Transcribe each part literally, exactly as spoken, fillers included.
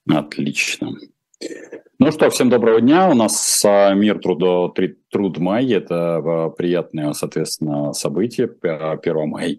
Отлично. Ну что, всем доброго дня. У нас а, мир труда, три- труд май. Это а, приятное, соответственно, событие. П- первое мая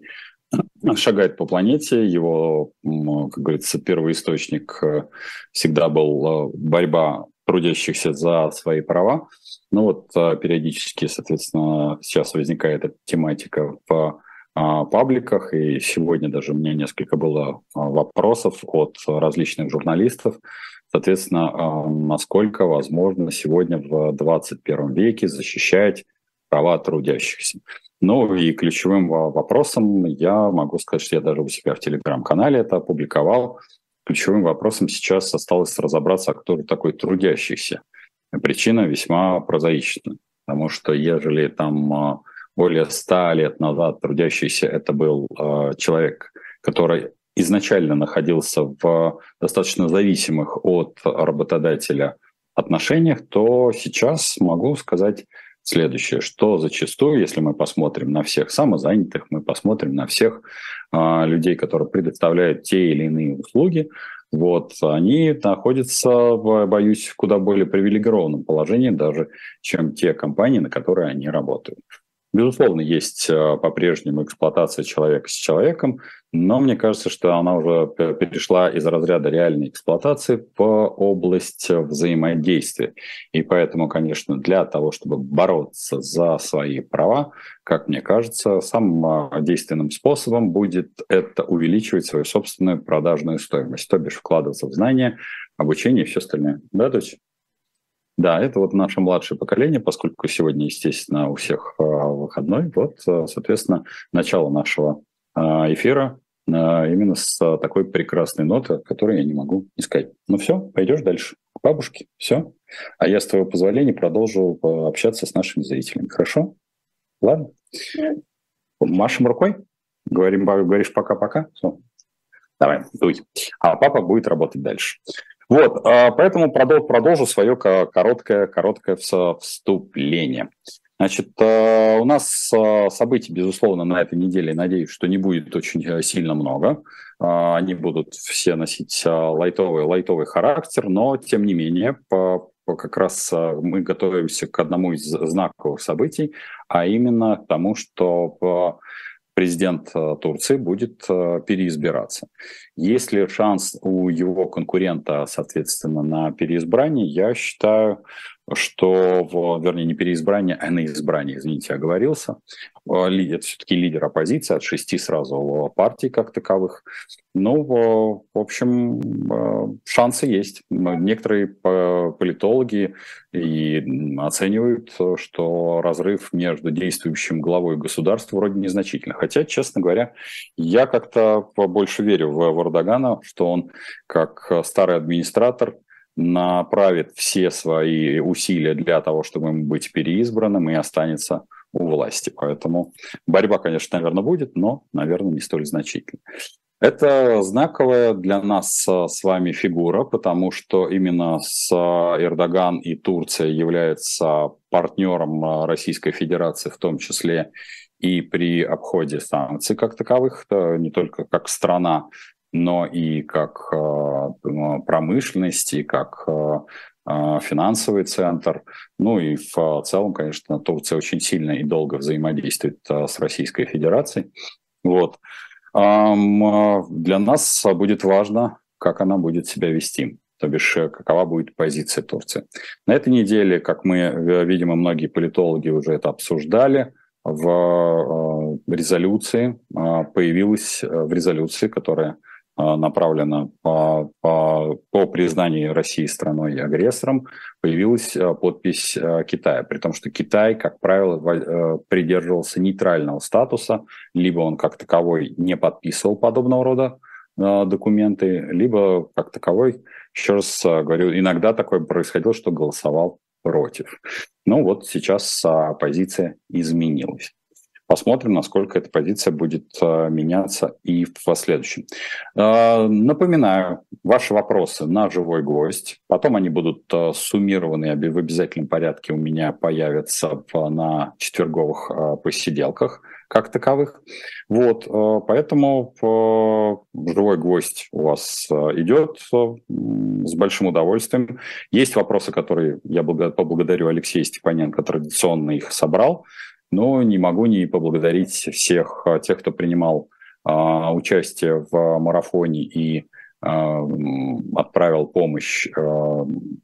шагает по планете. Его, м, как говорится, первоисточник э, всегда был э, борьба трудящихся за свои права. Ну вот э, периодически, соответственно, сейчас возникает эта тематика в а, пабликах, и сегодня даже у меня несколько было а, вопросов от различных журналистов. Соответственно, а, насколько возможно сегодня в двадцать первом веке защищать права трудящихся. Ну и ключевым во- вопросом я могу сказать, что я даже у себя в телеграм-канале это опубликовал. Ключевым вопросом сейчас осталось разобраться, а кто же такой трудящийся. Причина весьма прозаична, потому что ежели там а, более ста лет назад трудящийся это был а, человек, который изначально находился в достаточно зависимых от работодателя отношениях, то сейчас могу сказать следующее, что зачастую, если мы посмотрим на всех самозанятых, мы посмотрим на всех а, людей, которые предоставляют те или иные услуги, вот, они находятся, в, боюсь, в куда более привилегированном положении даже, чем те компании, на которые они работают. Безусловно, есть э, по-прежнему эксплуатация человека с человеком, но мне кажется, что она уже п- перешла из разряда реальной эксплуатации в область взаимодействия. И поэтому, конечно, для того, чтобы бороться за свои права, как мне кажется, самым э, действенным способом будет это увеличивать свою собственную продажную стоимость, то бишь вкладываться в знания, обучение и все остальное. Да, то есть да, это вот наше младшее поколение, поскольку сегодня, естественно, у всех э, выходной. Вот, э, соответственно, начало нашего э, эфира э, именно с э, такой прекрасной ноты, которую я не могу искать. Ну все, пойдешь дальше к бабушке, все. А я, с твоего позволения, продолжу э, общаться с нашими зрителями. Хорошо? Ладно? Машем рукой? Говорим, говоришь пока-пока? Всё. Давай, дуй. А папа будет работать дальше. Вот, а, поэтому продол- продолжу свое ко- короткое, короткое вс- вступление. Значит, а, у нас а, событий, безусловно, на этой неделе, надеюсь, что не будет очень э, сильно много. А, Они будут все носить а, лайтовый, лайтовый характер, но, тем не менее, по, по как раз а, мы готовимся к одному из знаковых событий, а именно к тому, что а, президент э, Турции будет э, переизбираться. Есть ли шанс у его конкурента, соответственно, на переизбрание, я считаю, что, в, вернее, не переизбрание, а на избрание, извините, оговорился. Э, ли- Это все-таки лидер оппозиции от шести сразу партий как таковых. Ну, в в общем, э, шансы есть. Некоторые по- политологи и м, оценивают, э, что разрыв между действующим главой государства вроде незначительный. Хотя, честно говоря, я как-то больше верю в, в Эрдогана, что он, как э, старый администратор, направит все свои усилия для того, чтобы ему быть переизбранным и останется у власти. Поэтому борьба, конечно, наверное, будет, но, наверное, не столь значительная. Это знаковая для нас э, с вами фигура, потому что именно с э, Эрдоган и Турция являются партнером э, Российской Федерации, в том числе и при обходе санкций как таковых, э, не только как страна, но и как э, промышленность, и как э, э, финансовый центр. Ну и в целом, конечно, Турция очень сильно и долго взаимодействует э, с Российской Федерацией. Вот. Ам, Для нас будет важно, как она будет себя вести, то бишь э, какова будет позиция Турции. На этой неделе, как мы э, видим, и многие политологи уже это обсуждали, в э, резолюции э, появилась э, в резолюции, которая э, направлена по, по, по признанию России страной-агрессором, появилась э, подпись э, Китая, при том, что Китай, как правило, во- э, придерживался нейтрального статуса, либо он как таковой не подписывал подобного рода э, документы, либо как таковой, еще раз э, говорю, иногда такое происходило, что голосовал против. Ну вот сейчас а, позиция изменилась. Посмотрим, насколько эта позиция будет э, меняться и в последующем. Э, напоминаю, ваши вопросы на живой гвоздь. Потом они будут э, суммированы оби- в обязательном порядке у меня появятся в- на четверговых э, посиделках как таковых. Вот, э, поэтому э, живой гвоздь у вас э, идет. Э, м, с большим удовольствием. Есть вопросы, которые я поблагодарю Алексея Степаненко, традиционно их собрал, но не могу не поблагодарить всех тех, кто принимал а, участие в марафоне и а, отправил помощь а,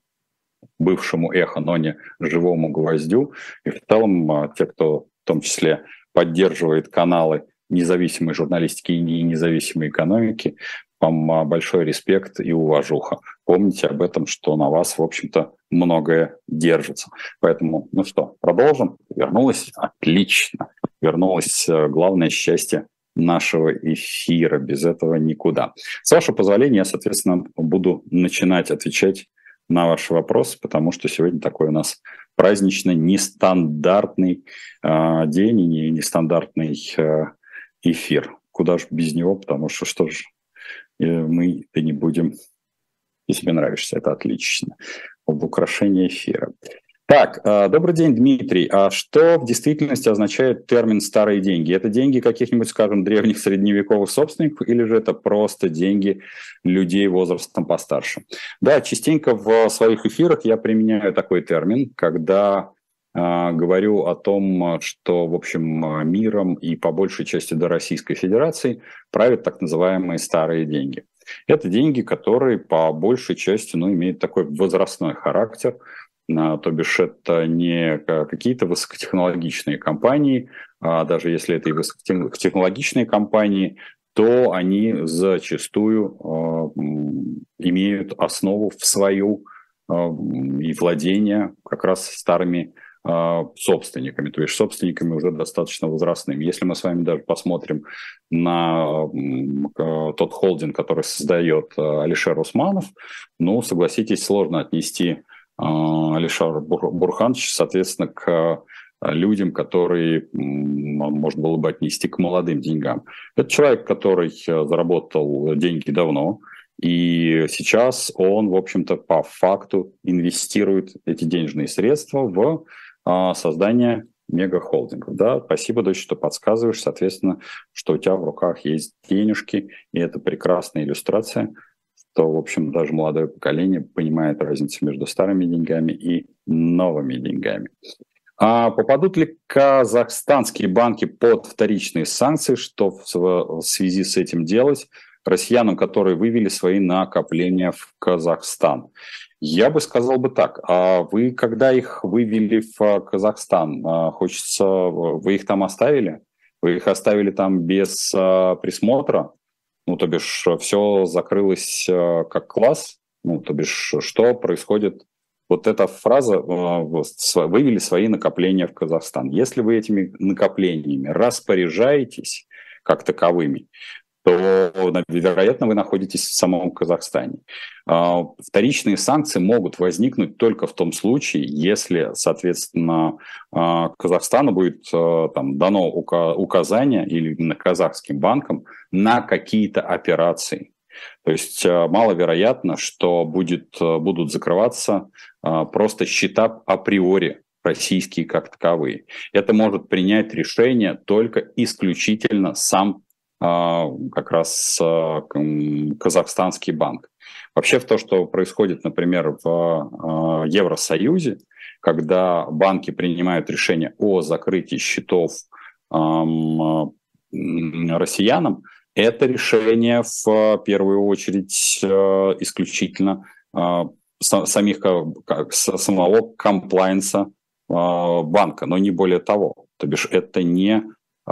бывшему эхо, но не живому гвоздю. И в целом а, те, кто в том числе поддерживает каналы независимой журналистики и независимой экономики, вам большой респект и уважуха. Помните об этом, что на вас, в общем-то, многое держится. Поэтому, ну что, продолжим? Вернулось? Отлично. Вернулось главное счастье нашего эфира. Без этого никуда. С вашего позволения, я, соответственно, буду начинать отвечать на ваши вопросы, потому что сегодня такой у нас праздничный, нестандартный э, день и нестандартный э, эфир. Куда же без него, потому что что же мы -то не будем, если тебе нравишься, это отлично, в украшении эфира. Так, добрый день, Дмитрий. А что в действительности означает термин «старые деньги»? Это деньги каких-нибудь, скажем, древних средневековых собственников, или же это просто деньги людей возрастом постарше? Да, частенько в своих эфирах я применяю такой термин, когда э, говорю о том, что, в общем, миром и по большей части до Российской Федерации правят так называемые старые деньги. Это деньги, которые по большей части, ну, имеют такой возрастной характер. То бишь это не какие-то высокотехнологичные компании, а даже если это и высокотехнологичные компании, то они зачастую э, имеют основу в свою э, и владение как раз старыми э, собственниками, то есть собственниками уже достаточно возрастными. Если мы с вами даже посмотрим на э, тот холдинг, который создает э, Алишер Усманов, ну, согласитесь, сложно отнести Алишер Бурханович, соответственно, к людям, которые можно было бы отнести к молодым деньгам. Это человек, который заработал деньги давно, и сейчас он, в общем-то, по факту инвестирует эти денежные средства в создание мегахолдингов. Да, спасибо, дочь, что подсказываешь, соответственно, что у тебя в руках есть денежки, и это прекрасная иллюстрация, то, в общем, даже молодое поколение понимает разницу между старыми деньгами и новыми деньгами. А попадут ли казахстанские банки под вторичные санкции? Что в связи с этим делать россиянам, которые вывели свои накопления в Казахстан? Я бы сказал бы так. А вы, когда их вывели в Казахстан, хочется, вы их там оставили? Вы их оставили там без присмотра? Ну, то бишь, все закрылось э, как класс, ну, то бишь, что происходит? Вот эта фраза э, «вывели свои накопления в Казахстан». Если вы этими накоплениями распоряжаетесь как таковыми, то, вероятно, вы находитесь в самом Казахстане. Э, вторичные санкции могут возникнуть только в том случае, если, соответственно, э, Казахстану будет э, там, дано ука- указание или именно казахским банкам на какие-то операции. То есть э, маловероятно, что будет, э, будут закрываться э, просто счета априори российские как таковые. Это может принять решение только исключительно сам как раз казахстанский банк. Вообще в то, что происходит, например, в Евросоюзе, когда банки принимают решение о закрытии счетов россиянам, это решение в первую очередь исключительно самих, самого комплайнса банка, но не более того. То бишь это не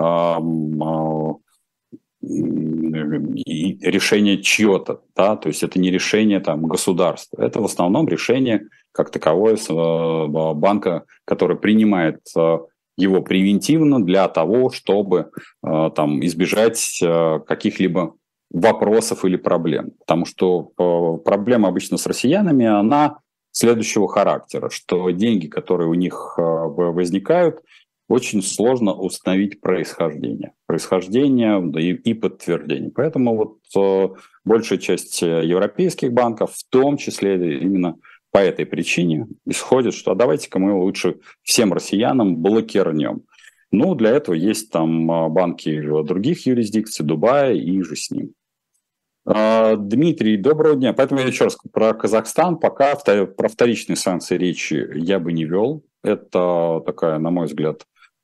и решение чье-то, да, то есть это не решение там государства, это в основном решение как таковое банка, который принимает его превентивно для того, чтобы там избежать каких-либо вопросов или проблем, потому что проблема обычно с россиянами, она следующего характера, что деньги, которые у них возникают, очень сложно установить происхождение. Происхождение да, и, и подтверждение. Поэтому вот э, большая часть европейских банков, в том числе именно по этой причине, исходит, что а давайте-ка мы лучше всем россиянам блокирнем. Ну, для этого есть там банки других юрисдикций, Дубая и же с ним. А, Дмитрий, доброго дня. Поэтому я еще раз про Казахстан. Пока про вторичные санкции речи я бы не вел. Это такая, на мой взгляд,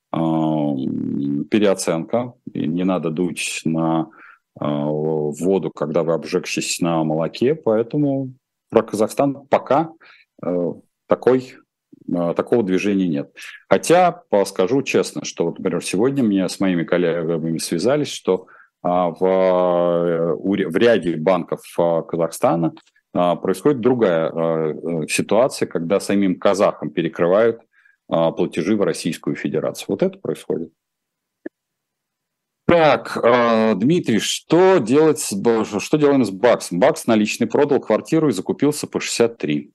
переоценка. И не надо дуть на воду, когда вы обжегшись на молоке. Поэтому про Казахстан пока такой, такого движения нет. Хотя, скажу честно, что, вот, например, сегодня мне с моими коллегами связались, что в, в ряде банков Казахстана происходит другая ситуация, когда самим казахам перекрывают платежи в Российскую Федерацию. Вот это происходит. Так, Дмитрий, что делать, что делаем с Баксом? Бакс наличный продал квартиру и закупился по шестьдесят три.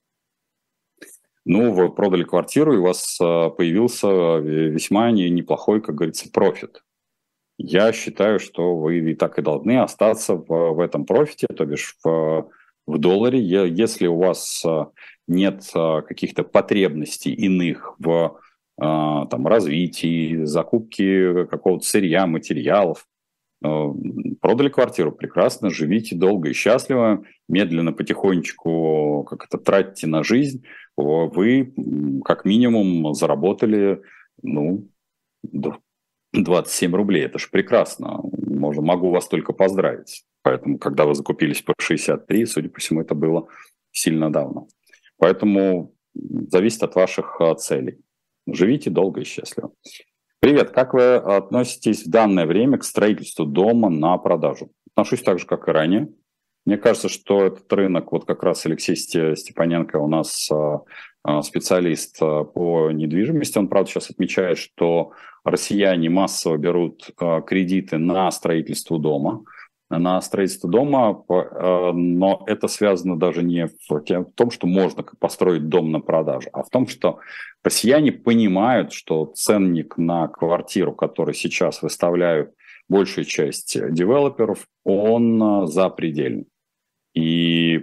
Ну, вы продали квартиру, и у вас появился весьма неплохой, как говорится, профит. Я считаю, что вы и так и должны остаться в, в этом профите, то бишь в, в долларе. Если у вас нет каких-то потребностей иных в там, развитии, закупке какого-то сырья, материалов, продали квартиру, прекрасно, живите долго и счастливо, медленно, потихонечку как это тратите на жизнь, вы как минимум заработали, ну, двадцать семь рублей, это же прекрасно. Можно, могу вас только поздравить. Поэтому, когда вы закупились по шестьдесят три, судя по всему, это было сильно давно. Поэтому зависит от ваших целей. Живите долго и счастливо. Привет, как вы относитесь в данное время к строительству дома на продажу? Отношусь так же, как и ранее. Мне кажется, что этот рынок, вот как раз Алексей Степаненко у нас специалист по недвижимости, он, правда, сейчас отмечает, что россияне массово берут кредиты на строительство дома, на строительство дома, но это связано даже не в том, что можно построить дом на продажу, а в том, что россияне понимают, что ценник на квартиру, который сейчас выставляют большая часть девелоперов, он запредельный. И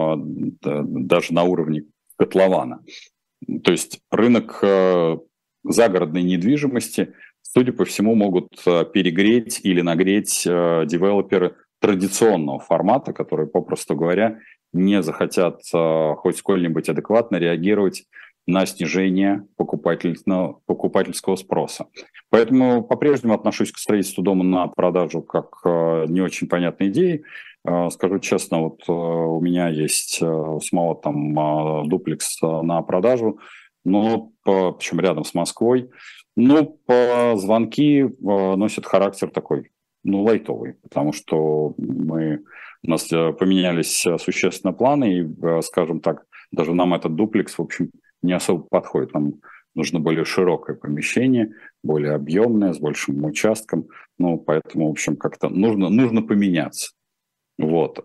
даже на уровне котлована. То есть рынок загородной недвижимости, судя по всему, могут перегреть или нагреть девелоперы традиционного формата, которые, попросту говоря, не захотят хоть сколь-нибудь адекватно реагировать на снижение покупательного, покупательского спроса. Поэтому по-прежнему отношусь к строительству дома на продажу как к не очень понятной идее. Скажу честно, вот у меня есть самого там дуплекс на продажу, но причем рядом с Москвой. Ну, по звонки носят характер такой, ну, лайтовый, потому что мы, у нас поменялись существенно планы, и, скажем так, даже нам этот дуплекс, в общем, не особо подходит. Нам нужно более широкое помещение, более объемное, с большим участком. Ну, поэтому, в общем, как-то нужно, нужно поменяться. Вот.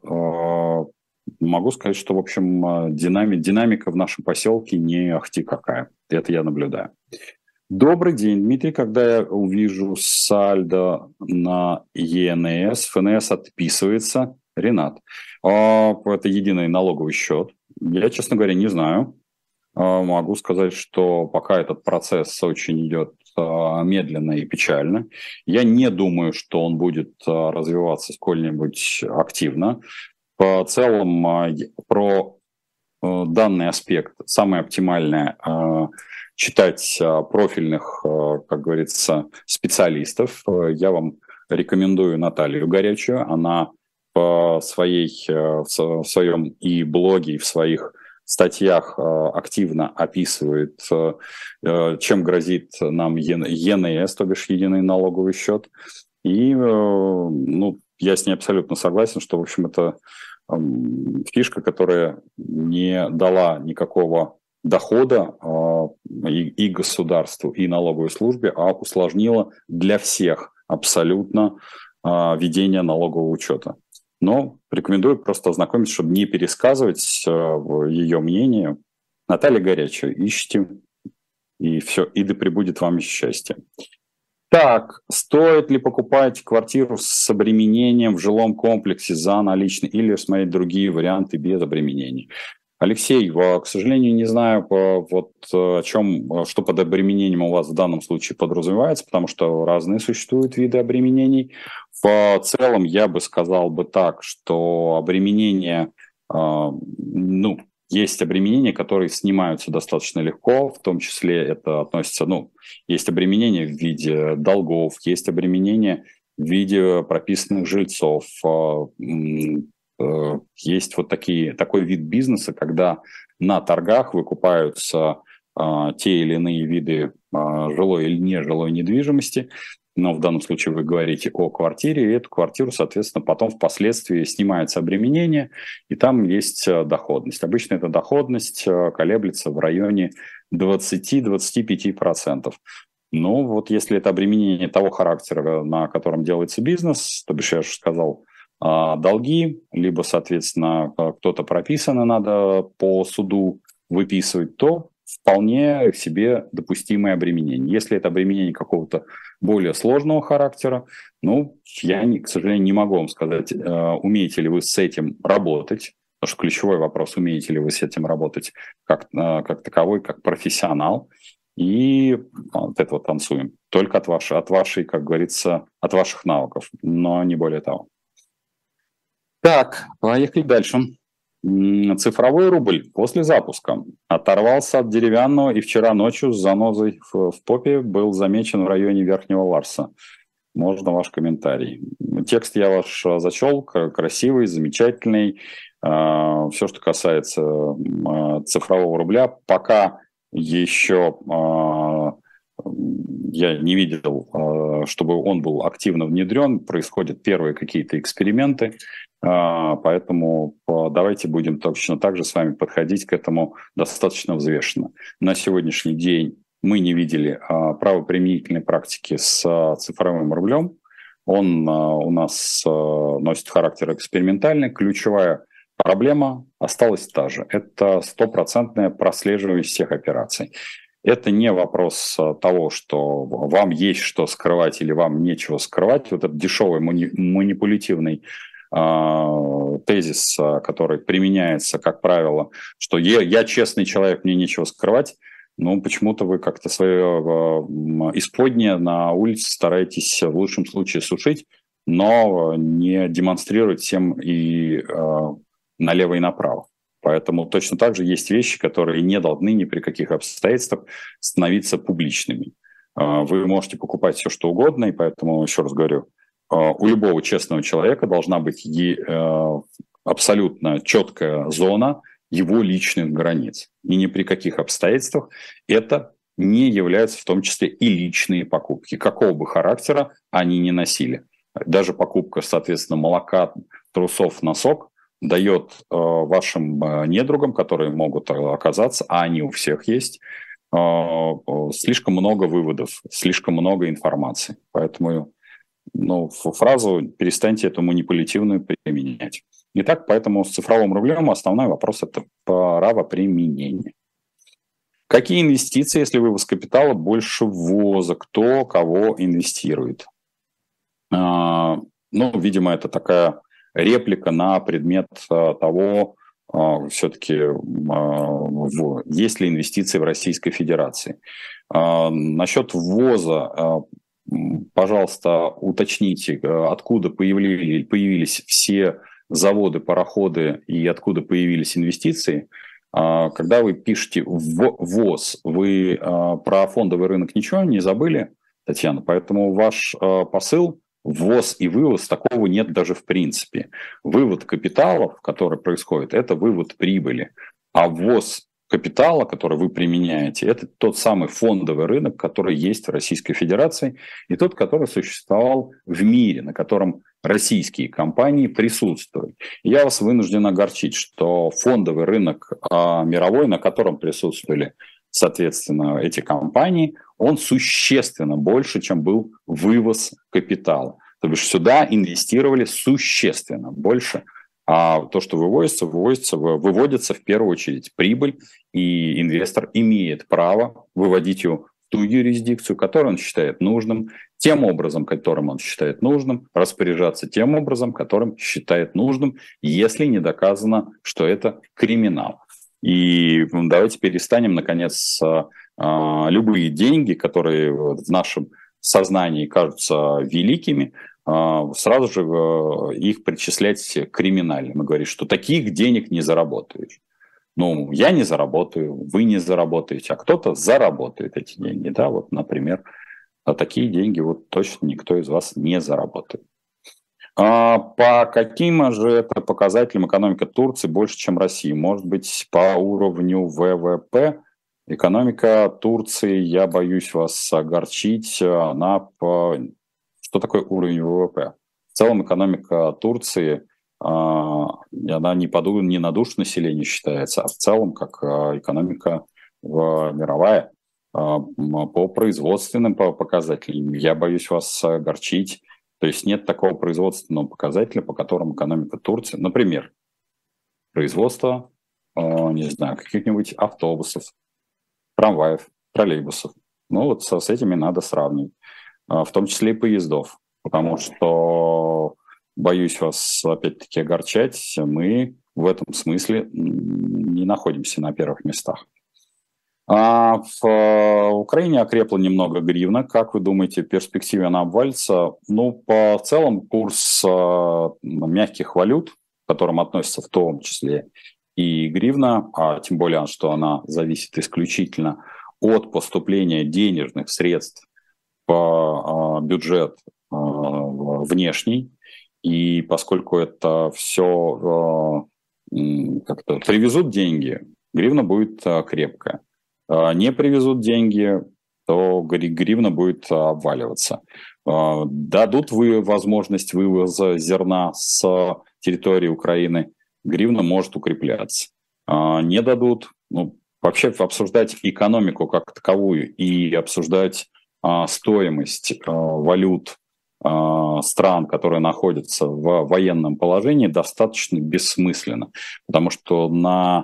Могу сказать, что, в общем, динами, динамика в нашем поселке не ахти какая. Это я наблюдаю. Добрый день, Дмитрий. Когда я увижу сальдо на ЕНС, ФНС отписывается. Ренат. Это единый налоговый счет. Я, честно говоря, не знаю. Могу сказать, что пока этот процесс очень идет медленно и печально. Я не думаю, что он будет развиваться сколь-нибудь активно. В целом, про данный аспект самое оптимальное читать профильных, как говорится, специалистов. Я вам рекомендую Наталью Горячую. Она в, своей, в своем и блоге, и в своих статьях активно описывает, чем грозит нам ЕНС, то бишь единый налоговый счет. И ну, я с ней абсолютно согласен, что, в общем, это фишка, которая не дала никакого дохода и, и государству, и налоговой службе, а усложнила для всех абсолютно ведение налогового учета. Но рекомендую просто ознакомиться, чтобы не пересказывать ее мнение. Наталья Горячая, ищите, и все, и да пребудет вам счастье. Так, стоит ли покупать квартиру с обременением в жилом комплексе за наличные или смотреть другие варианты без обременений? Алексей, к сожалению, не знаю, вот о чем, что под обременением у вас в данном случае подразумевается, потому что разные существуют виды обременений. В целом я бы сказал бы так, что обременение, ну, есть обременения, которые снимаются достаточно легко, в том числе это относится, ну, есть обременения в виде долгов, есть обременения в виде прописанных жильцов. Есть вот такие, такой вид бизнеса, когда на торгах выкупаются а, те или иные виды а, жилой или нежилой недвижимости, но в данном случае вы говорите о квартире, и эту квартиру, соответственно, потом впоследствии снимается обременение, и там есть доходность. Обычно эта доходность колеблется в районе двадцать-двадцать пять процентов. Ну вот если это обременение того характера, на котором делается бизнес, то бишь я же сказал, долги, либо, соответственно, кто-то прописано надо по суду выписывать, то вполне себе допустимое обременение. Если это обременение какого-то более сложного характера, ну, я, к сожалению, не могу вам сказать, умеете ли вы с этим работать, потому что ключевой вопрос, умеете ли вы с этим работать как, как таковой, как профессионал, и от этого танцуем. Только от вашей, от вашей, как говорится, от ваших навыков, но не более того. Так, поехали дальше. Цифровой рубль после запуска оторвался от деревянного и вчера ночью с занозой в, в попе был замечен в районе Верхнего Ларса. Можно ваш комментарий. Текст я ваш зачел, красивый, замечательный. Все, что касается цифрового рубля, пока еще я не видел, чтобы он был активно внедрен. Происходят первые какие-то эксперименты. Поэтому давайте будем точно так же с вами подходить к этому достаточно взвешенно. На сегодняшний день мы не видели правоприменительной практики с цифровым рублем. Он у нас носит характер экспериментальный. Ключевая проблема осталась та же. Это стопроцентная прослеживаемость всех операций. Это не вопрос того, что вам есть что скрывать или вам нечего скрывать. Вот этот дешевый мани- манипулятивный тезис, который применяется, как правило, что я, я честный человек, мне нечего скрывать, но почему-то вы как-то свое исподнее на улице стараетесь в лучшем случае сушить, но не демонстрировать всем и э, налево и направо. Поэтому точно так же есть вещи, которые не должны ни при каких обстоятельствах становиться публичными. Э, вы можете покупать все, что угодно, и поэтому, еще раз говорю, у любого честного человека должна быть абсолютно четкая зона его личных границ. И ни при каких обстоятельствах это не является в том числе и личные покупки, какого бы характера они ни носили. Даже покупка, соответственно, молока, трусов, носок дает вашим недругам, которые могут оказаться, а они у всех есть, слишком много выводов, слишком много информации. Поэтому ну, фразу «перестаньте эту манипулятивную применять». Итак, поэтому с цифровым рублем основной вопрос – это правоприменение. Какие инвестиции, если вывоз капитала, больше ввоза? Кто кого инвестирует? А, ну, видимо, это такая реплика на предмет того, а, все-таки а, есть ли инвестиции в Российской Федерации. А, насчет ввоза, пожалуйста, уточните, откуда появились, появились все заводы, пароходы и откуда появились инвестиции. Когда вы пишете «ввоз», вы про фондовый рынок ничего не забыли, Татьяна? Поэтому ваш посыл «ввоз» и «вывоз» такого нет даже в принципе. Вывод капиталов, который происходит, это вывод прибыли. А ввоз капитала, который вы применяете, это тот самый фондовый рынок, который есть в Российской Федерации, и тот, который существовал в мире, на котором российские компании присутствуют. Я вас вынужден огорчить, что фондовый рынок а, мировой, на котором присутствовали, соответственно, эти компании, он существенно больше, чем был вывоз капитала. То бишь сюда инвестировали существенно больше. А то, что выводится, выводится, выводится в первую очередь прибыль, и инвестор имеет право выводить ее в ту юрисдикцию, которую он считает нужным, тем образом, которым он считает нужным, распоряжаться тем образом, которым считает нужным, если не доказано, что это криминал. И давайте перестанем, наконец, любые деньги, которые в нашем сознании кажутся великими, сразу же их причислять к криминальным и говорить, что таких денег не заработаешь. Ну, я не заработаю, вы не заработаете, а кто-то заработает эти деньги. Да, вот, например, а такие деньги вот точно никто из вас не заработает. А по каким же это показателям экономика Турции больше, чем России? Может быть, по уровню вэ вэ пэ? Экономика Турции, я боюсь вас огорчить, она по... Что такое уровень вэ вэ пэ? В целом экономика Турции, она не, по, не на душу населения считается, а в целом как экономика мировая по производственным показателям. Я боюсь вас огорчить. То есть нет такого производственного показателя, по которому экономика Турции, например, производство, не знаю, каких-нибудь автобусов, трамваев, троллейбусов. Ну вот с, с этими надо сравнивать, в том числе и поездов, потому что, боюсь вас опять-таки огорчать, мы в этом смысле не находимся на первых местах. А в Украине окрепла немного гривна. Как вы думаете, в перспективе она обвалится? Ну, по в целом курс мягких валют, к которым относятся в том числе и гривна, а тем более, что она зависит исключительно от поступления денежных средств в бюджет внешний, и поскольку это все как-то привезут деньги, гривна будет крепкая. Не привезут деньги, то гривна будет обваливаться. Дадут вы возможность вывоза зерна с территории Украины, гривна может укрепляться. Не дадут, ну, вообще обсуждать экономику как таковую и обсуждать стоимость валют стран, которые находятся в военном положении, достаточно бессмысленно, потому что на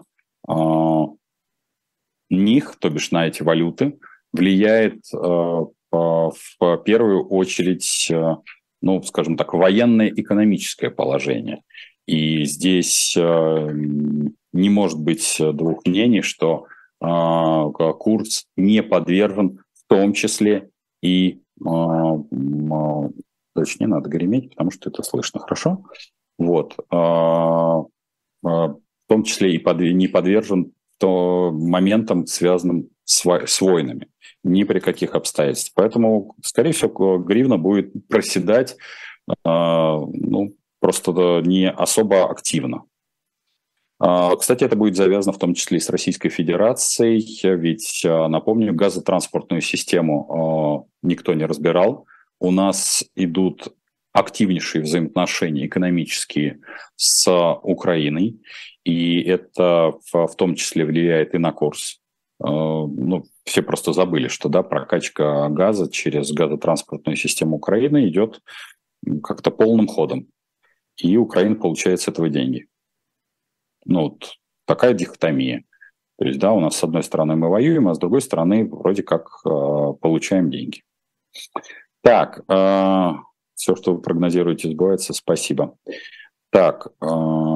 них, то бишь на эти валюты, влияет э, в первую очередь, э, ну, скажем так, военное экономическое положение. И здесь э, не может быть двух мнений, что э, курс не подвержен в том числе и... Э, э, точнее, надо греметь, потому что это слышно хорошо. Вот. Э, э, в том числе и под, не подвержен то моментам, связанным с, с войнами. Ни при каких обстоятельствах. Поэтому, скорее всего, гривна будет проседать э, ну, просто не особо активно. Э, кстати, это будет завязано в том числе и с Российской Федерацией, ведь, э, напомню, газотранспортную систему э, никто не разбирал. У нас идут активнейшие взаимоотношения экономические с Украиной, и это в, в том числе влияет и на курс. Э, ну, все просто забыли, что да, прокачка газа через газотранспортную систему Украины идет как-то полным ходом, и Украина получает с этого деньги. Ну, вот такая дихотомия. То есть, да, у нас с одной стороны мы воюем, а с другой стороны вроде как э, получаем деньги. Так, э, все, что вы прогнозируете, сбывается. Спасибо. Так, э,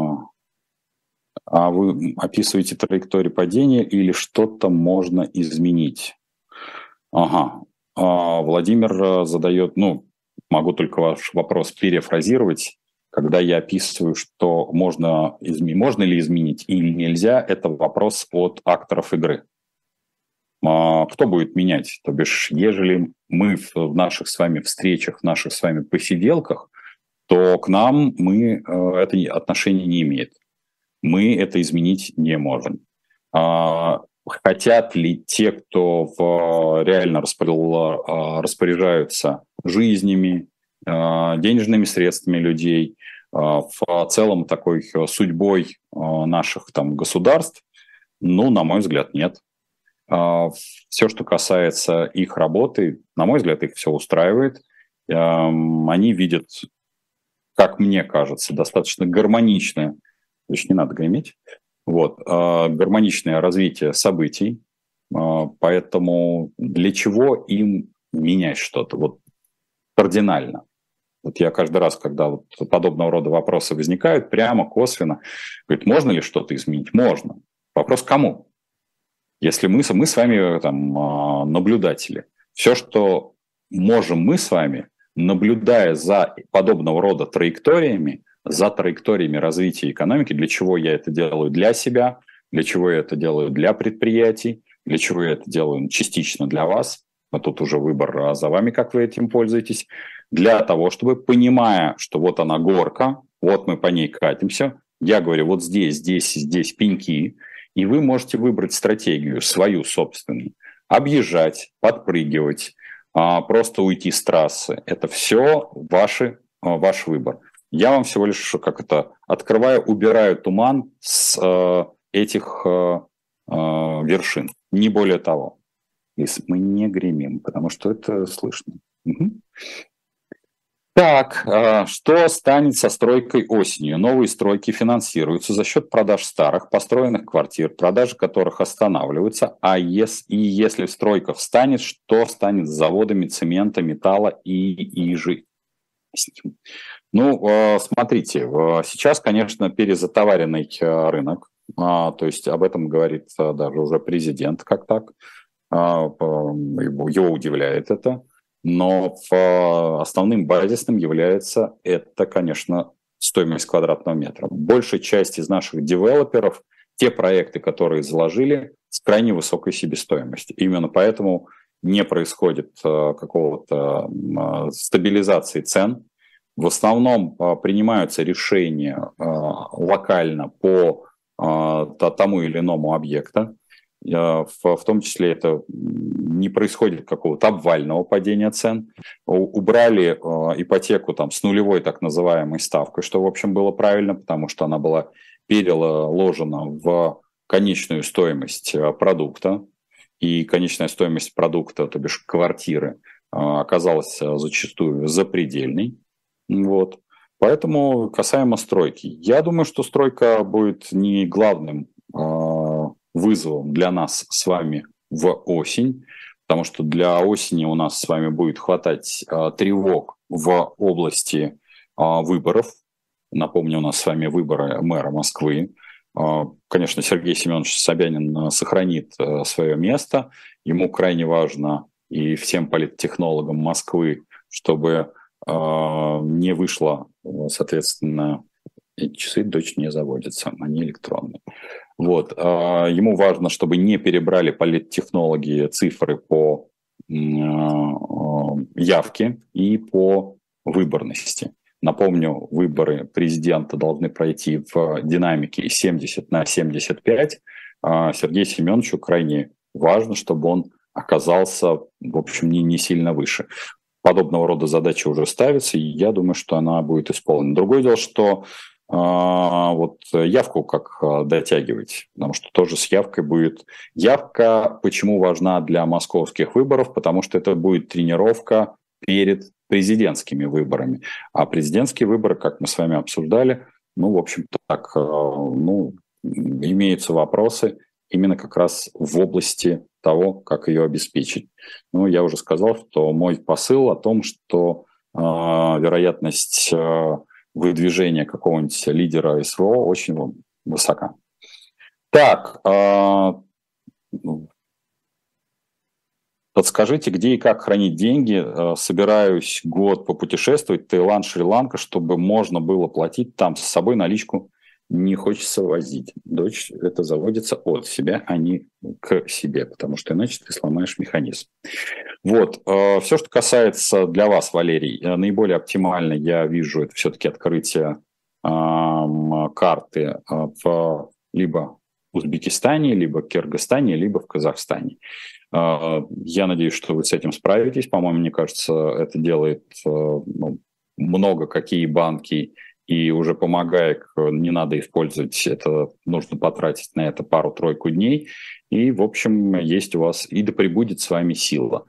а вы описываете траекторию падения или что-то можно изменить? Ага. А Владимир задает, ну, могу только ваш вопрос перефразировать. Когда я описываю, что можно, изменить, можно ли изменить или нельзя, это вопрос от акторов игры. А кто будет менять? То бишь, ежели мы в наших с вами встречах, в наших с вами посиделках, то к нам мы это отношение не имеет. Мы это изменить не можем. А хотят ли те, кто в, реально распоряжаются жизнями, денежными средствами людей, в целом такой судьбой наших там государств, ну, на мой взгляд, нет. Все, что касается их работы, на мой взгляд, их все устраивает. Они видят, как мне кажется, достаточно гармоничное, то есть не надо греметь, вот, гармоничное развитие событий, поэтому для чего им менять что-то вот кардинально? Вот я каждый раз, когда вот подобного рода вопросы возникают, прямо, косвенно, говорит, можно ли что-то изменить? Можно. Вопрос кому? Если мы, мы с вами там, наблюдатели, все, что можем мы с вами, наблюдая за подобного рода траекториями, за траекториями развития экономики, для чего я это делаю для себя, для чего я это делаю для предприятий, для чего я это делаю частично для вас, а тут уже выбор за вами, как вы этим пользуетесь, для того, чтобы, понимая, что вот она горка, вот мы по ней катимся, я говорю, вот здесь, здесь, здесь пеньки, и вы можете выбрать стратегию свою собственную, объезжать, подпрыгивать, просто уйти с трассы. Это все ваши, ваш выбор. Я вам всего лишь, как это, открываю, убираю туман с э, этих э, э, вершин. Не более того. Если мы не гремим, потому что это слышно. Угу. Так, э, что станет со стройкой осенью? Новые стройки финансируются за счет продаж старых построенных квартир, продажи которых останавливаются. А если, и если стройка встанет, что станет с заводами цемента, металла и иже? Ну, смотрите, сейчас, конечно, перезатоваренный рынок, то есть об этом говорит даже уже президент как так, его удивляет это, но основным базисным является это, конечно, стоимость квадратного метра. Большая часть из наших девелоперов, те проекты, которые заложили, с крайне высокой себестоимостью. Именно поэтому не происходит какого-то стабилизации цен. В основном принимаются решения локально по тому или иному объекту. В том числе это не происходит какого-то обвального падения цен. Убрали ипотеку там, с нулевой так называемой ставкой, что, в общем, было правильно, потому что она была переложена в конечную стоимость продукта. И конечная стоимость продукта, то бишь квартиры, оказалась зачастую запредельной. Вот. Поэтому касаемо стройки. Я думаю, что стройка будет не главным э, вызовом для нас с вами в осень, потому что для осени у нас с вами будет хватать э, тревог в области э, выборов. Напомню, у нас с вами выборы мэра Москвы. Э, конечно, Сергей Семенович Собянин сохранит э, свое место. Ему крайне важно и всем политтехнологам Москвы, чтобы не вышло, соответственно, эти часы дочь не заводятся, они электронные. Вот. Ему важно, чтобы не перебрали политтехнологи цифры по явке и по выборности. Напомню, выборы президента должны пройти в динамике семьдесят на семьдесят пять. Сергею Семеновичу крайне важно, чтобы он оказался, в общем, не, не сильно выше. Подобного рода задача уже ставится, и я думаю, что она будет исполнена. Другое дело, что э, вот явку как дотягивать, потому что тоже с явкой будет... Явка почему важна для московских выборов? Потому что это будет тренировка перед президентскими выборами. А президентские выборы, как мы с вами обсуждали, ну, в общем-то, так, э, ну, имеются вопросы именно как раз в области того, как ее обеспечить. Ну, я уже сказал, что мой посыл о том, что э, вероятность э, выдвижения какого-нибудь лидера СВО очень высока. Так, э, подскажите, где и как хранить деньги? Э, собираюсь год попутешествовать, Таиланд, Шри-Ланка, чтобы можно было платить там с собой наличку. Не хочется возить. Дочь это заводится от себя, а не к себе, потому что иначе ты сломаешь механизм. Вот. Все, что касается для вас, Валерий, наиболее оптимально я вижу это все-таки открытие карты в либо Узбекистане, либо Кыргызстане, либо в Казахстане. Я надеюсь, что вы с этим справитесь. По-моему, мне кажется, это делает ну, много какие банки. И уже помогая, не надо использовать это, нужно потратить на это пару-тройку дней. И, в общем, есть у вас, и да пребудет с вами сила.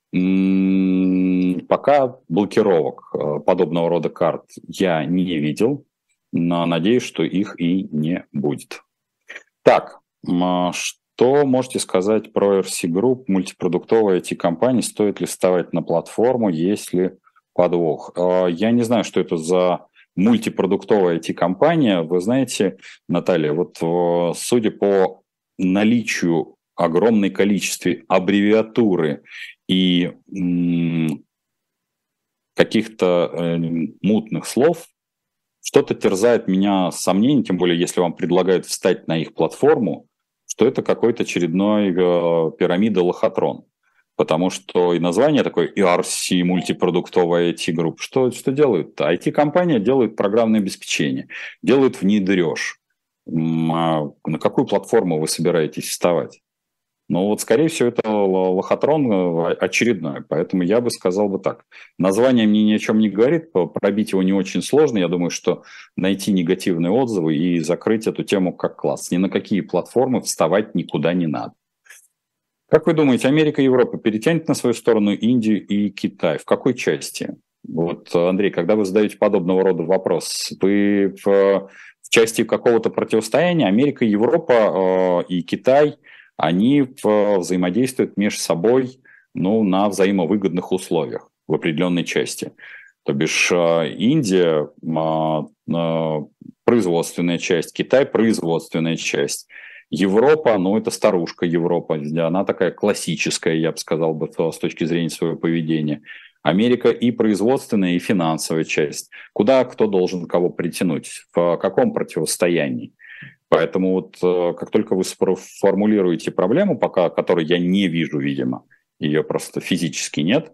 М-м, пока блокировок подобного рода карт я не видел, но надеюсь, что их и не будет. Так, что можете сказать про эр си Group, мультипродуктовая ай ти-компания? Стоит ли вставать на платформу, есть ли подвох? Я не знаю, что это за... мультипродуктовая ай ти-компания, вы знаете, Наталья, вот судя по наличию огромной количестве аббревиатуры и м, каких-то э, мутных слов что-то терзает меня сомнение, тем более если вам предлагают встать на их платформу, что это какой-то очередной э, пирамида лохотрон. Потому что и название такое и ар си, мультипродуктовая ай ти-группа. Что, что делают? ай ти-компания делает программное обеспечение, делает внедрёж. А на какую платформу вы собираетесь вставать? Ну вот, скорее всего, это лохотрон очередной. Поэтому я бы сказал бы так. Название мне ни о чем не говорит, пробить его не очень сложно. Я думаю, что найти негативные отзывы и закрыть эту тему как класс. Ни на какие платформы вставать никуда не надо. Как вы думаете, Америка и Европа перетянет на свою сторону Индию и Китай? В какой части? Вот, Андрей, когда вы задаете подобного рода вопрос, вы в, в части какого-то противостояния Америка, Европа э, и Китай, они в, взаимодействуют между собой, ну, на взаимовыгодных условиях в определенной части. То бишь э, Индия э, э, производственная часть, Китай производственная часть. Европа, ну, это старушка Европа, она такая классическая, я бы сказал бы, с точки зрения своего поведения. Америка и производственная, и финансовая часть. Куда кто должен кого притянуть, в каком противостоянии. Поэтому вот как только вы сформулируете проблему, пока, которой я не вижу, видимо, ее просто физически нет,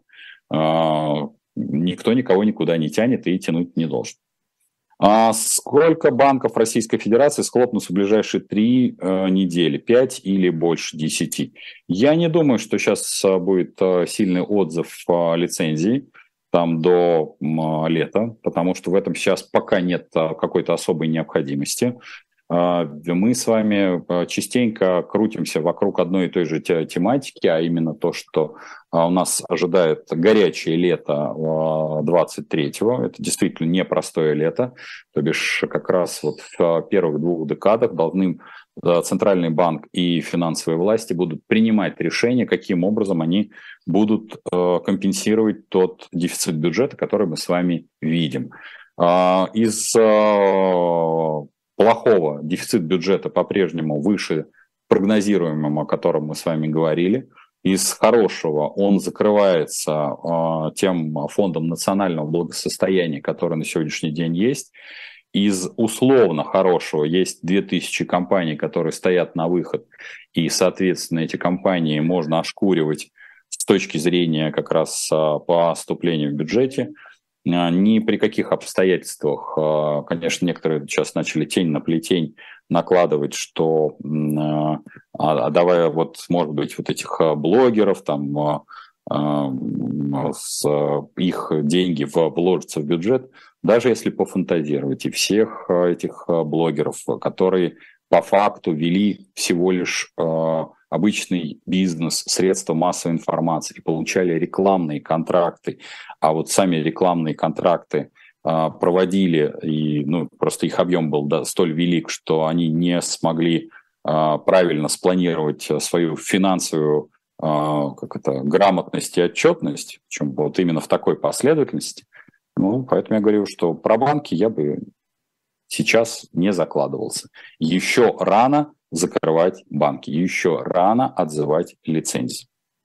никто никого никуда не тянет и тянуть не должен. А сколько банков Российской Федерации схлопнутся в ближайшие три э, недели? Пять или больше десяти? Я не думаю, что сейчас будет э, сильный отзыв э, лицензий там до э, лета, потому что в этом сейчас пока нет э, какой-то особой необходимости. Э, мы с вами э, частенько крутимся вокруг одной и той же тематики, а именно то, что э, у нас ожидает горячее лето э, двадцать третьего. Это действительно непростое лето. То бишь как раз вот в первых двух декадах должны Центральный банк и финансовые власти будут принимать решения, каким образом они будут э, компенсировать тот дефицит бюджета, который мы с вами видим. Э, из э, плохого дефицит бюджета по-прежнему выше прогнозируемого, о котором мы с вами говорили. Из хорошего он закрывается э, тем фондом национального благосостояния, который на сегодняшний день есть. Из условно хорошего есть две тысячи компаний, которые стоят на выход, и, соответственно, эти компании можно ошкуривать с точки зрения как раз э, поступления в бюджете. Ни при каких обстоятельствах, конечно, некоторые сейчас начали тень на плетень накладывать, что а давай вот, может быть, вот этих блогеров, там, с их деньги вложатся в бюджет, даже если пофантазировать, и всех этих блогеров, которые по факту вели всего лишь обычный бизнес, средства массовой информации и получали рекламные контракты, а вот сами рекламные контракты а, проводили, и ну, просто их объем был да, столь велик, что они не смогли а, правильно спланировать свою финансовую а, как это, грамотность и отчетность, причем вот именно в такой последовательности. Ну, поэтому я говорю, что про банки я бы сейчас не закладывался. Еще рано закрывать банки, еще рано отзывать лицензии.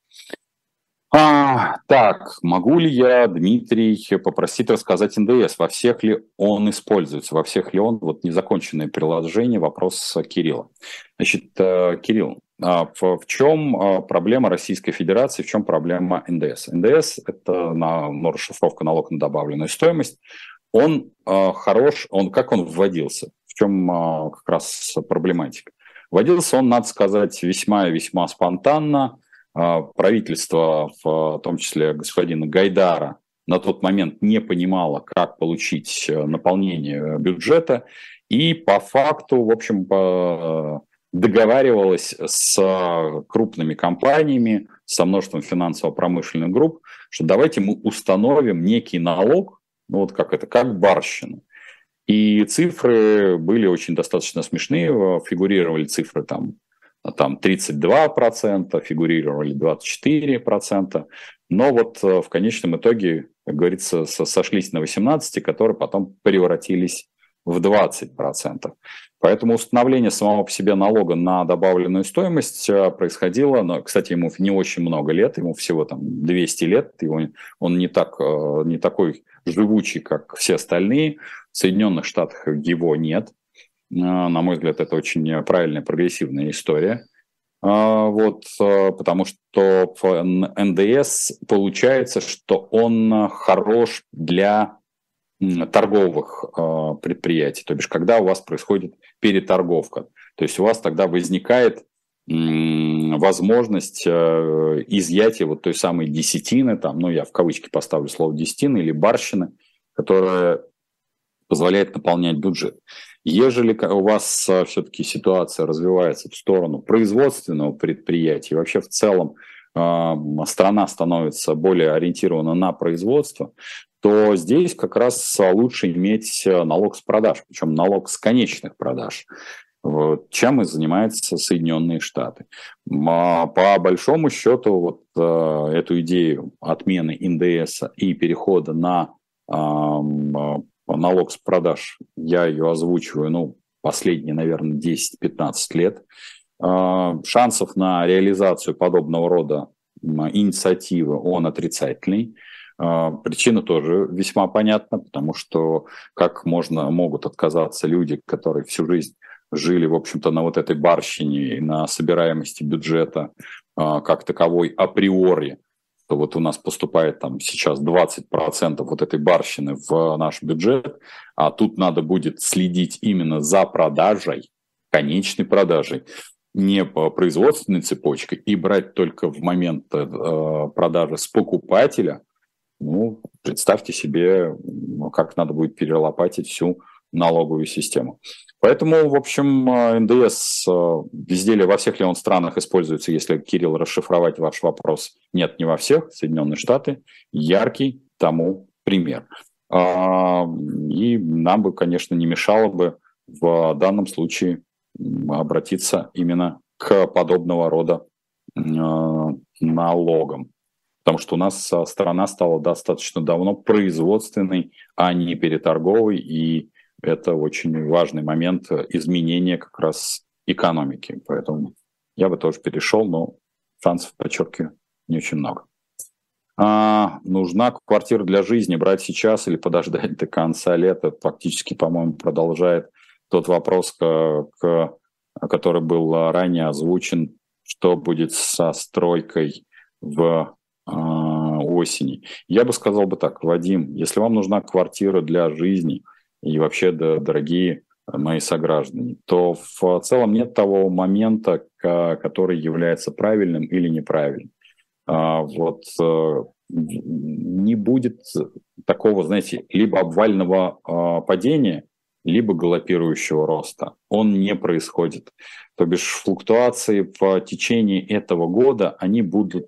А, так, могу ли я, Дмитрий, попросить рассказать эн дэ эс? Во всех ли он используется? Во всех ли он? Вот незаконченное приложение, вопрос Кирилла. Значит, Кирилл, в чем проблема Российской Федерации, в чем проблема эн дэ эс? эн дэ эс – это на, ну, расшифровка налог на добавленную стоимость. Он хорош, он, как он вводился? В чем как раз проблематика? Вводился он, надо сказать, весьма и весьма спонтанно. Правительство, в том числе господина Гайдара, на тот момент не понимало, как получить наполнение бюджета, и по факту, в общем, договаривалось с крупными компаниями, со множеством финансово-промышленных групп, что давайте мы установим некий налог, ну вот как это, как барщину. И цифры были очень достаточно смешные, фигурировали цифры там, там тридцать два процента, фигурировали двадцать четыре процента, но вот в конечном итоге, как говорится, сошлись на восемнадцать процентов, которые потом превратились в двадцать процентов. Поэтому установление самого по себе налога на добавленную стоимость происходило, но, кстати, ему не очень много лет, ему всего там двести лет, его, он не, так, не такой живучий, как все остальные. В Соединенных Штатах его нет. На мой взгляд, это очень правильная, прогрессивная история. Вот, потому что эн дэ эс получается, что он хорош для торговых предприятий, то бишь когда у вас происходит переторговка. То есть у вас тогда возникает возможность изъятия вот той самой десятины, там, ну я в кавычки поставлю слово десятины или барщины, которая позволяет наполнять бюджет. Ежели у вас все-таки ситуация развивается в сторону производственного предприятия, вообще в целом страна становится более ориентирована на производство, то здесь как раз лучше иметь налог с продаж, причем налог с конечных продаж, вот, чем и занимаются Соединенные Штаты. По большому счету вот эту идею отмены эн дэ эс и перехода на налог с продаж, я ее озвучиваю, ну, последние, наверное, десять-пятнадцать лет. Шансов на реализацию подобного рода инициативы он отрицательный. Причина тоже весьма понятна, потому что как можно, могут отказаться люди, которые всю жизнь жили, в общем-то, на вот этой барщине, на собираемости бюджета как таковой априори, что вот у нас поступает там сейчас двадцать процентов вот этой барщины в наш бюджет, а тут надо будет следить именно за продажей, конечной продажей, не по производственной цепочке, и брать только в момент э, продажи с покупателя. Ну, представьте себе, как надо будет перелопатить всю налоговую систему. Поэтому, в общем, эн дэ эс везде ли, во всех ли он странах используется, если, Кирилл, расшифровать ваш вопрос? Нет, не во всех. Соединенные Штаты яркий тому пример. И нам бы, конечно, не мешало бы в данном случае обратиться именно к подобного рода налогам. Потому что у нас страна стала достаточно давно производственной, а не переторговой, и это очень важный момент изменения как раз экономики. Поэтому я бы тоже перешел, но шансов, подчеркиваю, не очень много. А, нужна квартира для жизни, брать сейчас или подождать до конца лета? Фактически, по-моему, продолжает тот вопрос, к, к, который был ранее озвучен, что будет со стройкой в осени. Я бы сказал бы так, Вадим, если вам нужна квартира для жизни и вообще, да, дорогие мои сограждане, то в целом нет того момента, который является правильным или неправильным. Вот не будет такого, знаете, либо обвального падения, либо галопирующего роста. Он не происходит. То бишь флуктуации в течение этого года, они будут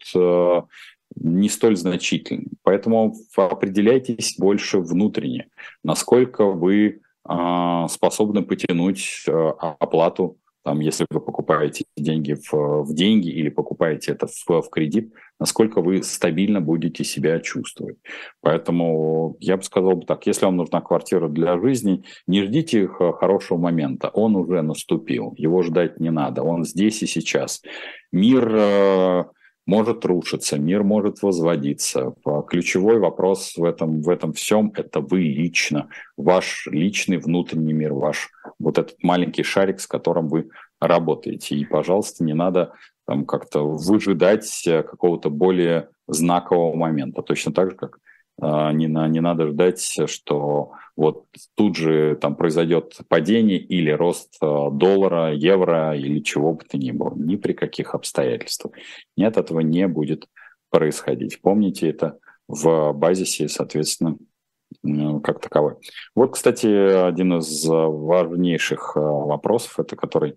не столь значительны. Поэтому определяйтесь больше внутренне, насколько вы э, способны потянуть э, оплату, там, если вы покупаете деньги в, в деньги или покупаете это в, в кредит, насколько вы стабильно будете себя чувствовать. Поэтому я бы сказал бы так, если вам нужна квартира для жизни, не ждите хорошего момента, он уже наступил, его ждать не надо, он здесь и сейчас. Мир... Э, может рушиться, мир может возводиться. Ключевой вопрос в этом, в этом всем – это вы лично, ваш личный внутренний мир, ваш вот этот маленький шарик, с которым вы работаете. И, пожалуйста, не надо там как-то выжидать какого-то более знакового момента. Точно так же, как э, не, на, не надо ждать, что вот тут же там произойдет падение или рост доллара, евро или чего бы то ни было. Ни при каких обстоятельствах. Нет, этого не будет происходить. Помните это в базисе, соответственно, как таковой. Вот, кстати, один из важнейших вопросов, это который,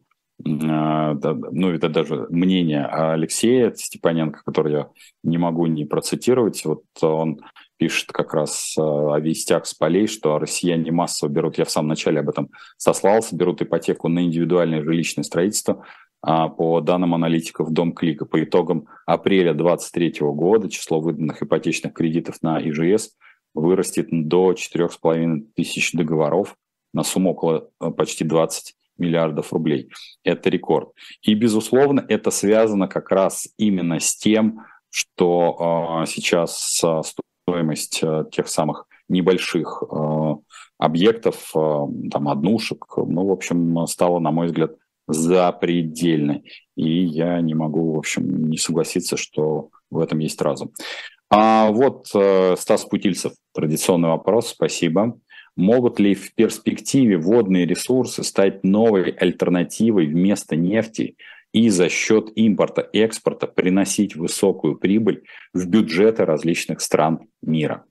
ну, это даже мнение Алексея Степаненко, который я не могу не процитировать. Вот он пишет как раз о вестях с полей, что россияне массово берут, я в самом начале об этом сослался, берут ипотеку на индивидуальное жилищное строительство. По данным аналитиков Дом Клика, по итогам апреля две тысячи двадцать третьего года число выданных ипотечных кредитов на и жэ эс вырастет до четырех с половиной тысяч договоров. на сумму около почти двадцати миллиардов рублей. Это рекорд. И, безусловно, это связано как раз именно с тем, что э, сейчас э, стоимость э, тех самых небольших э, объектов, э, там, однушек, ну, в общем, стала, на мой взгляд, запредельной. И я не могу, в общем, не согласиться, что в этом есть разум. А вот э, Стас Путильцев, традиционный вопрос, спасибо. Могут ли в перспективе водные ресурсы стать новой альтернативой вместо нефти и за счет импорта-экспорта приносить высокую прибыль в бюджеты различных стран мира?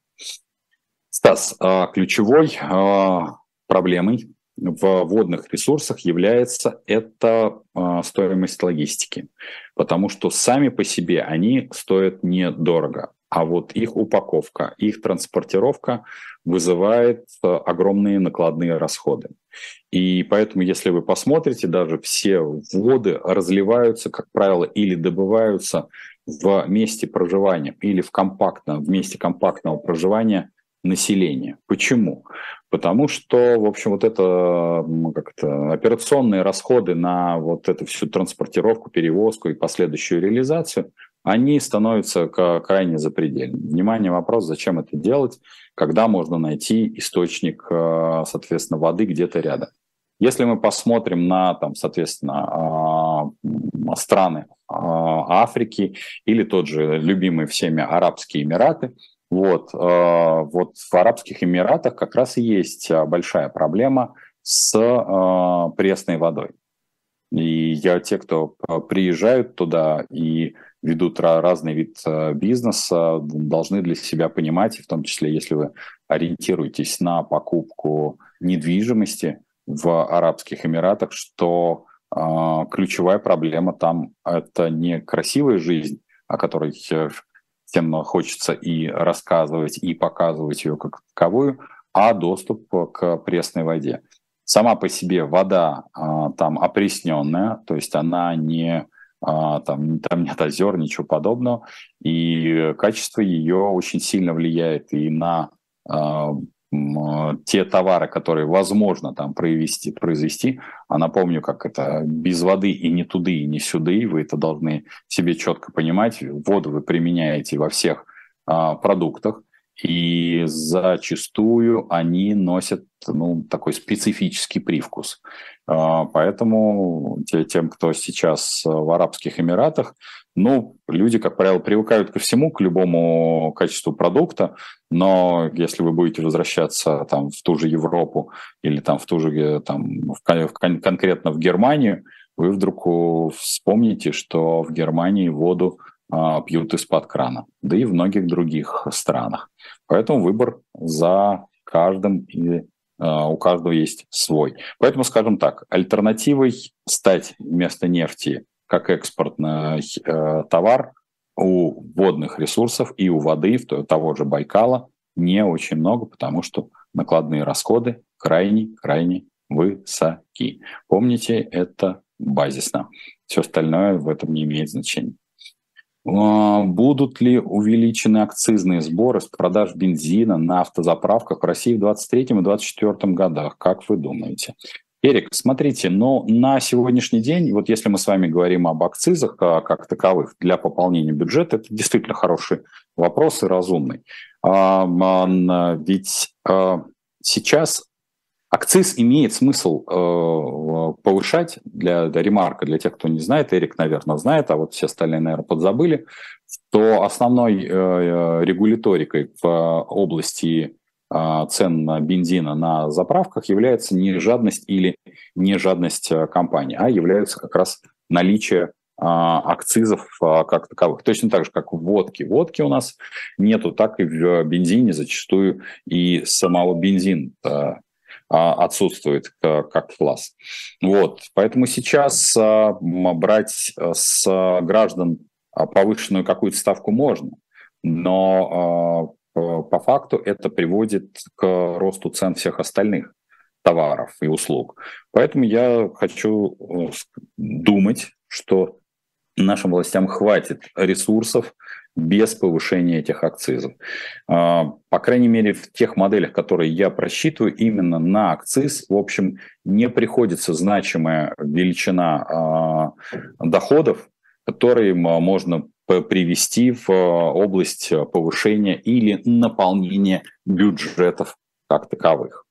Стас, э, ключевой э, проблемой в водных ресурсах является это э, стоимость логистики, потому что сами по себе они стоят недорого, а вот их упаковка, их транспортировка вызывает э, огромные накладные расходы. И поэтому, если вы посмотрите, даже все воды разливаются, как правило, или добываются в месте проживания, или в компактном, в месте компактного проживания населения. Почему? Потому что, в общем, вот это, как-то операционные расходы на вот эту всю транспортировку, перевозку и последующую реализацию, они становятся крайне запредельными. Внимание, вопрос, зачем это делать, когда можно найти источник, соответственно, воды где-то рядом. Если мы посмотрим на, там, соответственно, страны Африки или тот же любимый всеми Арабские Эмираты, Вот, вот в Арабских Эмиратах как раз и есть большая проблема с пресной водой. И я, те, кто приезжают туда и ведут разный вид бизнеса, должны для себя понимать, в том числе, если вы ориентируетесь на покупку недвижимости в Арабских Эмиратах, что ключевая проблема там – это не красивая жизнь, о которой всем хочется и рассказывать, и показывать ее как таковую, а доступ к пресной воде. Сама по себе вода а, там опресненная, то есть она не, а, там, там нет озер, ничего подобного, и качество ее очень сильно влияет и на а, те товары, которые возможно там произвести, произвести. А напомню, как это без воды и не туды, и не сюды. Вы это должны себе четко понимать. Воду вы применяете во всех а, продуктах, и зачастую они носят, ну, такой специфический привкус. А, поэтому те, тем, кто сейчас в Арабских Эмиратах, ну, люди, как правило, привыкают ко всему, к любому качеству продукта, но если вы будете возвращаться там, в ту же Европу или там, в ту же, там, в, в, конкретно в Германию, вы вдруг вспомните, что в Германии воду а, пьют из-под крана, да и в многих других странах. Поэтому выбор за каждым, и а, у каждого есть свой. Поэтому, скажем так, альтернативой стать вместо нефти как экспортный э, товар у водных ресурсов и у воды, того же Байкала, не очень много, потому что накладные расходы крайне-крайне высоки. Помните, это базисно. Все остальное в этом не имеет значения. Будут ли увеличены акцизные сборы с продаж бензина на автозаправках в России в двадцать третьем и двадцать четвёртом годах? Как вы думаете? Эрик, смотрите, но на сегодняшний день, вот если мы с вами говорим об акцизах как таковых для пополнения бюджета, это действительно хороший вопрос и разумный. Ведь сейчас акциз имеет смысл повышать, для, для ремарка, для тех, кто не знает, Эрик, наверное, знает, а вот все остальные, наверное, подзабыли, что основной регуляторикой в области цен на бензина на заправках является не жадность или не жадность компании, а является как раз наличие а, акцизов а, как таковых. Точно так же, как в водке. Водки у нас нету, так и в бензине зачастую и самого бензина а, отсутствует как, как класс. Вот. Поэтому сейчас а, брать с граждан повышенную какую-то ставку можно, но а, по факту это приводит к росту цен всех остальных товаров и услуг. Поэтому я хочу думать, что нашим властям хватит ресурсов без повышения этих акцизов. По крайней мере, в тех моделях, которые я просчитываю, именно на акциз, в общем, не приходится значимая величина доходов, которые можно привести в область повышения или наполнения бюджетов как таковых.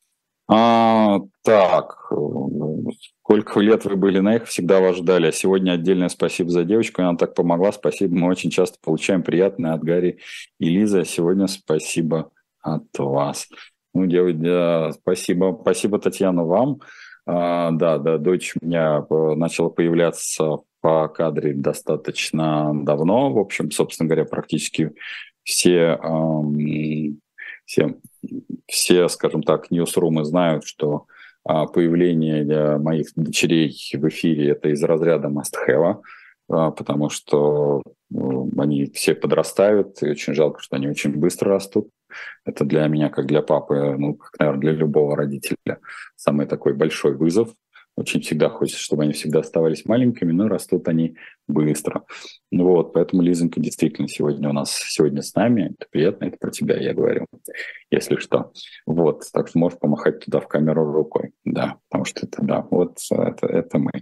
А, так, сколько лет вы были на их, всегда вас ждали. А сегодня отдельное спасибо за девочку, она так помогла. Спасибо, мы очень часто получаем приятное от Гарри и Лизы. А сегодня спасибо от вас. Ну, девочки, да, спасибо. Спасибо, Татьяна, вам. А, да, да, дочь у меня начала появляться по кадре достаточно давно. В общем, собственно говоря, практически все... Эм, все Все, скажем так, ньюсрумы знают, что а, появление моих дочерей в эфире – это из разряда must-have, а, потому что ну, они все подрастают, и очень жалко, что они очень быстро растут. Это для меня, как для папы, ну, как, наверное, для любого родителя, самый такой большой вызов. Очень всегда хочется, чтобы они всегда оставались маленькими, но растут они быстро. Ну вот, поэтому Лизонька действительно сегодня у нас, сегодня с нами. Это приятно, это про тебя я говорю, если что. Вот, так что можешь помахать туда в камеру рукой. Да, потому что это, да, вот это, это мы.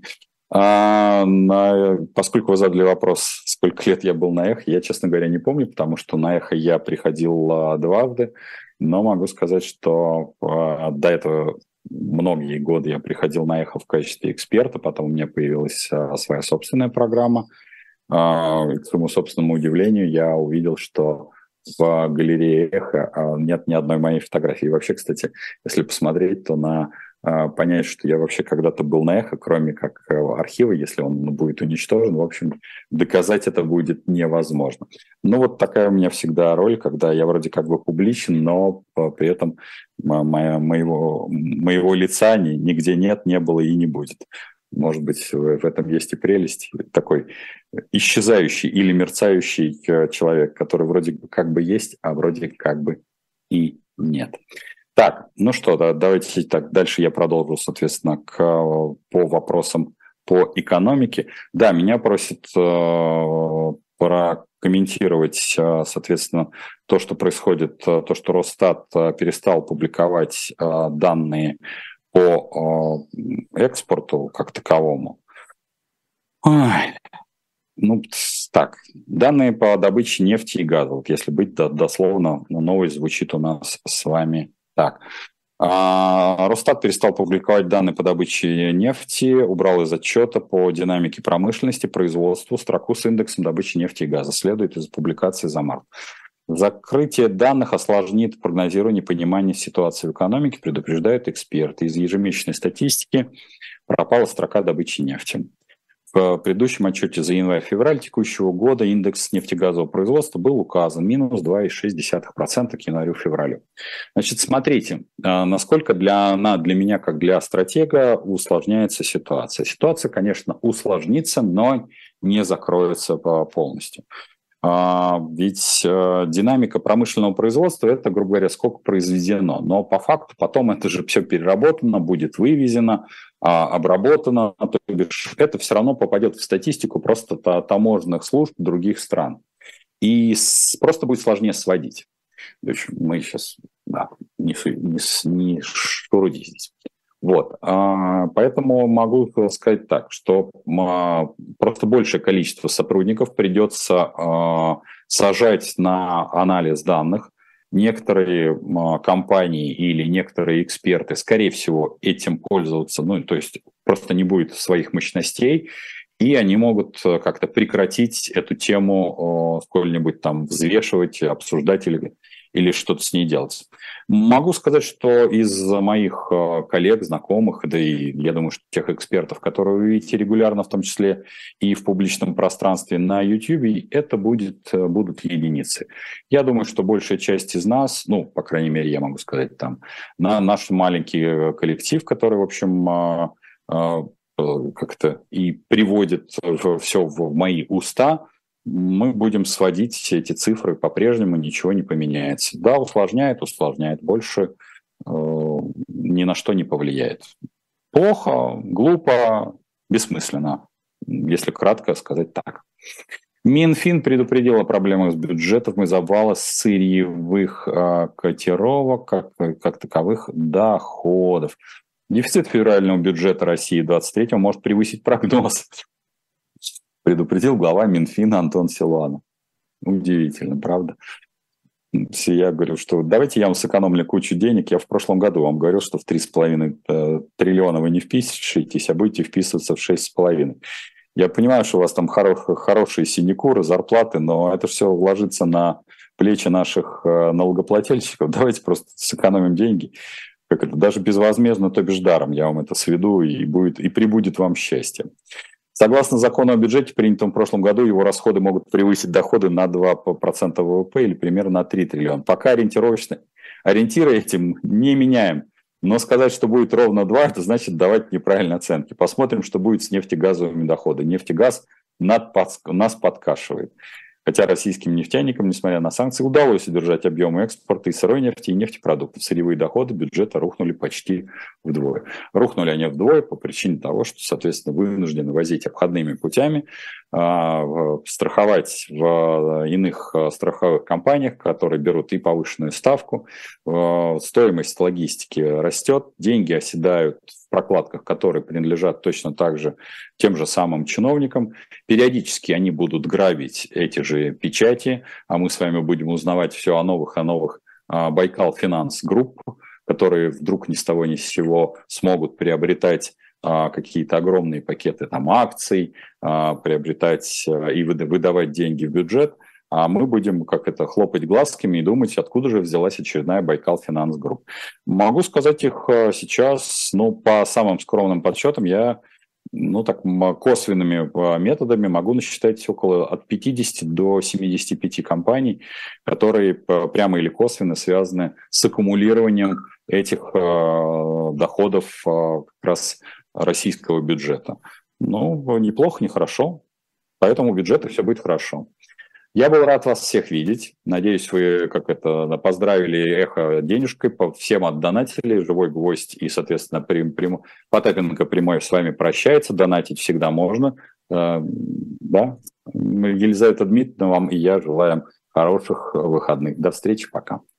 А, на, поскольку вы задали вопрос, сколько лет я был на «Эхо», я, честно говоря, не помню, потому что на «Эхо» я приходил а, дважды, но могу сказать, что а, до этого многие годы я приходил на «Эхо» в качестве эксперта, потом у меня появилась а, своя собственная программа. А, к своему собственному удивлению, я увидел, что в галерее «Эхо» а, нет ни одной моей фотографии. И вообще, кстати, если посмотреть, то на а, понять, что я вообще когда-то был на «Эхо», кроме как архива, если он будет уничтожен, в общем, доказать это будет невозможно. Ну вот такая у меня всегда роль, когда я вроде как бы публичен, но при этом моя, моего, моего лица ни, нигде нет, не было и не будет. Может быть, в этом есть и прелесть. Такой исчезающий или мерцающий человек, который вроде как бы есть, а вроде как бы и нет. Так, ну что, да, давайте так, дальше я продолжу, соответственно, к, по вопросам по экономике. Да, меня просят э, прокомментировать, э, соответственно, то, что происходит, э, то, что Росстат э, перестал публиковать э, данные по э, экспорту как таковому. Ой. Ну, так, данные по добыче нефти и газа, вот если быть дословно, новость звучит у нас с вами так. А, Росстат перестал публиковать данные по добыче нефти, убрал из отчета по динамике промышленности, производству строку с индексом добычи нефти и газа. Следует из публикации за март. Закрытие данных осложнит прогнозирование и понимание ситуации в экономике, предупреждают эксперты. Из ежемесячной статистики пропала строка добычи нефти. В предыдущем отчете за январь-февраль текущего года индекс нефтегазового производства был указан минус два целых шесть десятых процента к январю-февралю. Значит, смотрите, насколько для, для меня, как для стратега, усложняется ситуация. Ситуация, конечно, усложнится, но не закроется полностью. Ведь динамика промышленного производства – это, грубо говоря, сколько произведено. Но по факту потом это же все переработано, будет вывезено, обработано. То бишь это все равно попадет в статистику просто таможенных служб других стран. И просто будет сложнее сводить. То есть мы сейчас да, не, не, не шуруди здесь. Вот, поэтому могу сказать так, что просто большее количество сотрудников придется сажать на анализ данных. Некоторые компании или некоторые эксперты, скорее всего, этим пользоваться, ну, то есть просто не будет своих мощностей, и они могут как-то прекратить эту тему, сколь-нибудь там взвешивать, обсуждать или или что-то с ней делать. Могу сказать, что из моих коллег, знакомых, да и я думаю, что тех экспертов, которые вы видите регулярно, в том числе и в публичном пространстве на YouTube, это будет, будут единицы. Я думаю, что большая часть из нас, ну, по крайней мере, я могу сказать, там, на наш маленький коллектив, который, в общем, как-то и приводит все в мои уста, мы будем сводить все эти цифры, по-прежнему ничего не поменяется. Да, усложняет, усложняет, больше э, ни на что не повлияет. Плохо, глупо, бессмысленно, если кратко сказать так. Минфин предупредил о проблемах с бюджетом из-за обвала сырьевых э, котировок, как, как таковых доходов. Дефицит федерального бюджета России двадцать третьего может превысить прогноз, предупредил глава Минфина Антон Силуанов. Удивительно, правда? Я говорю, что давайте я вам сэкономлю кучу денег. Я в прошлом году вам говорил, что в три с половиной триллиона вы не впишетесь, а будете вписываться в шесть с половиной. Я понимаю, что у вас там хорошие, хорошие синекуры, зарплаты, но это все ложится на плечи наших налогоплательщиков. Давайте просто сэкономим деньги. Как это, даже безвозмездно, то бишь даром, я вам это сведу, и, будет, и прибудет вам счастье. Согласно закону о бюджете, принятому в прошлом году, его расходы могут превысить доходы на два процента ВВП или примерно на три триллиона. Пока ориентировочно, ориентиры этим не меняем. Но сказать, что будет ровно два, это значит давать неправильные оценки. Посмотрим, что будет с нефтегазовыми доходами. Нефтегаз нас подкашивает. Хотя российским нефтяникам, несмотря на санкции, удалось удержать объемы экспорта и сырой нефти, и нефтепродуктов. Сырьевые доходы бюджета рухнули почти вдвое. Рухнули они вдвое по причине того, что, соответственно, вынуждены возить обходными путями, страховать в иных страховых компаниях, которые берут и повышенную ставку. Стоимость логистики растет, деньги оседают в прокладках, которые принадлежат точно так же тем же самым чиновникам. Периодически они будут грабить эти же печати, а мы с вами будем узнавать все о новых, о новых Байкал Финанс Групп, которые вдруг ни с того ни с сего смогут приобретать какие-то огромные пакеты там, акций, приобретать и выдавать деньги в бюджет, а мы будем, как это, хлопать глазками и думать, откуда же взялась очередная Байкал Финанс Групп. Могу сказать их сейчас, ну, по самым скромным подсчетам, я, ну, так, косвенными методами могу насчитать около от пятидесяти до семидесяти пяти компаний, которые прямо или косвенно связаны с аккумулированием этих э, доходов э, как раз российского бюджета. Ну, неплохо, нехорошо. Поэтому у бюджета все будет хорошо. Я был рад вас всех видеть. Надеюсь, вы как это поздравили Эхо денежкой, всем отдонатили. Живой гвоздь и, соответственно, прям, прям, Потапенко прямой с вами прощается. Донатить всегда можно. Да. Елизавета Дмитриевна, вам и я желаем хороших выходных. До встречи, пока.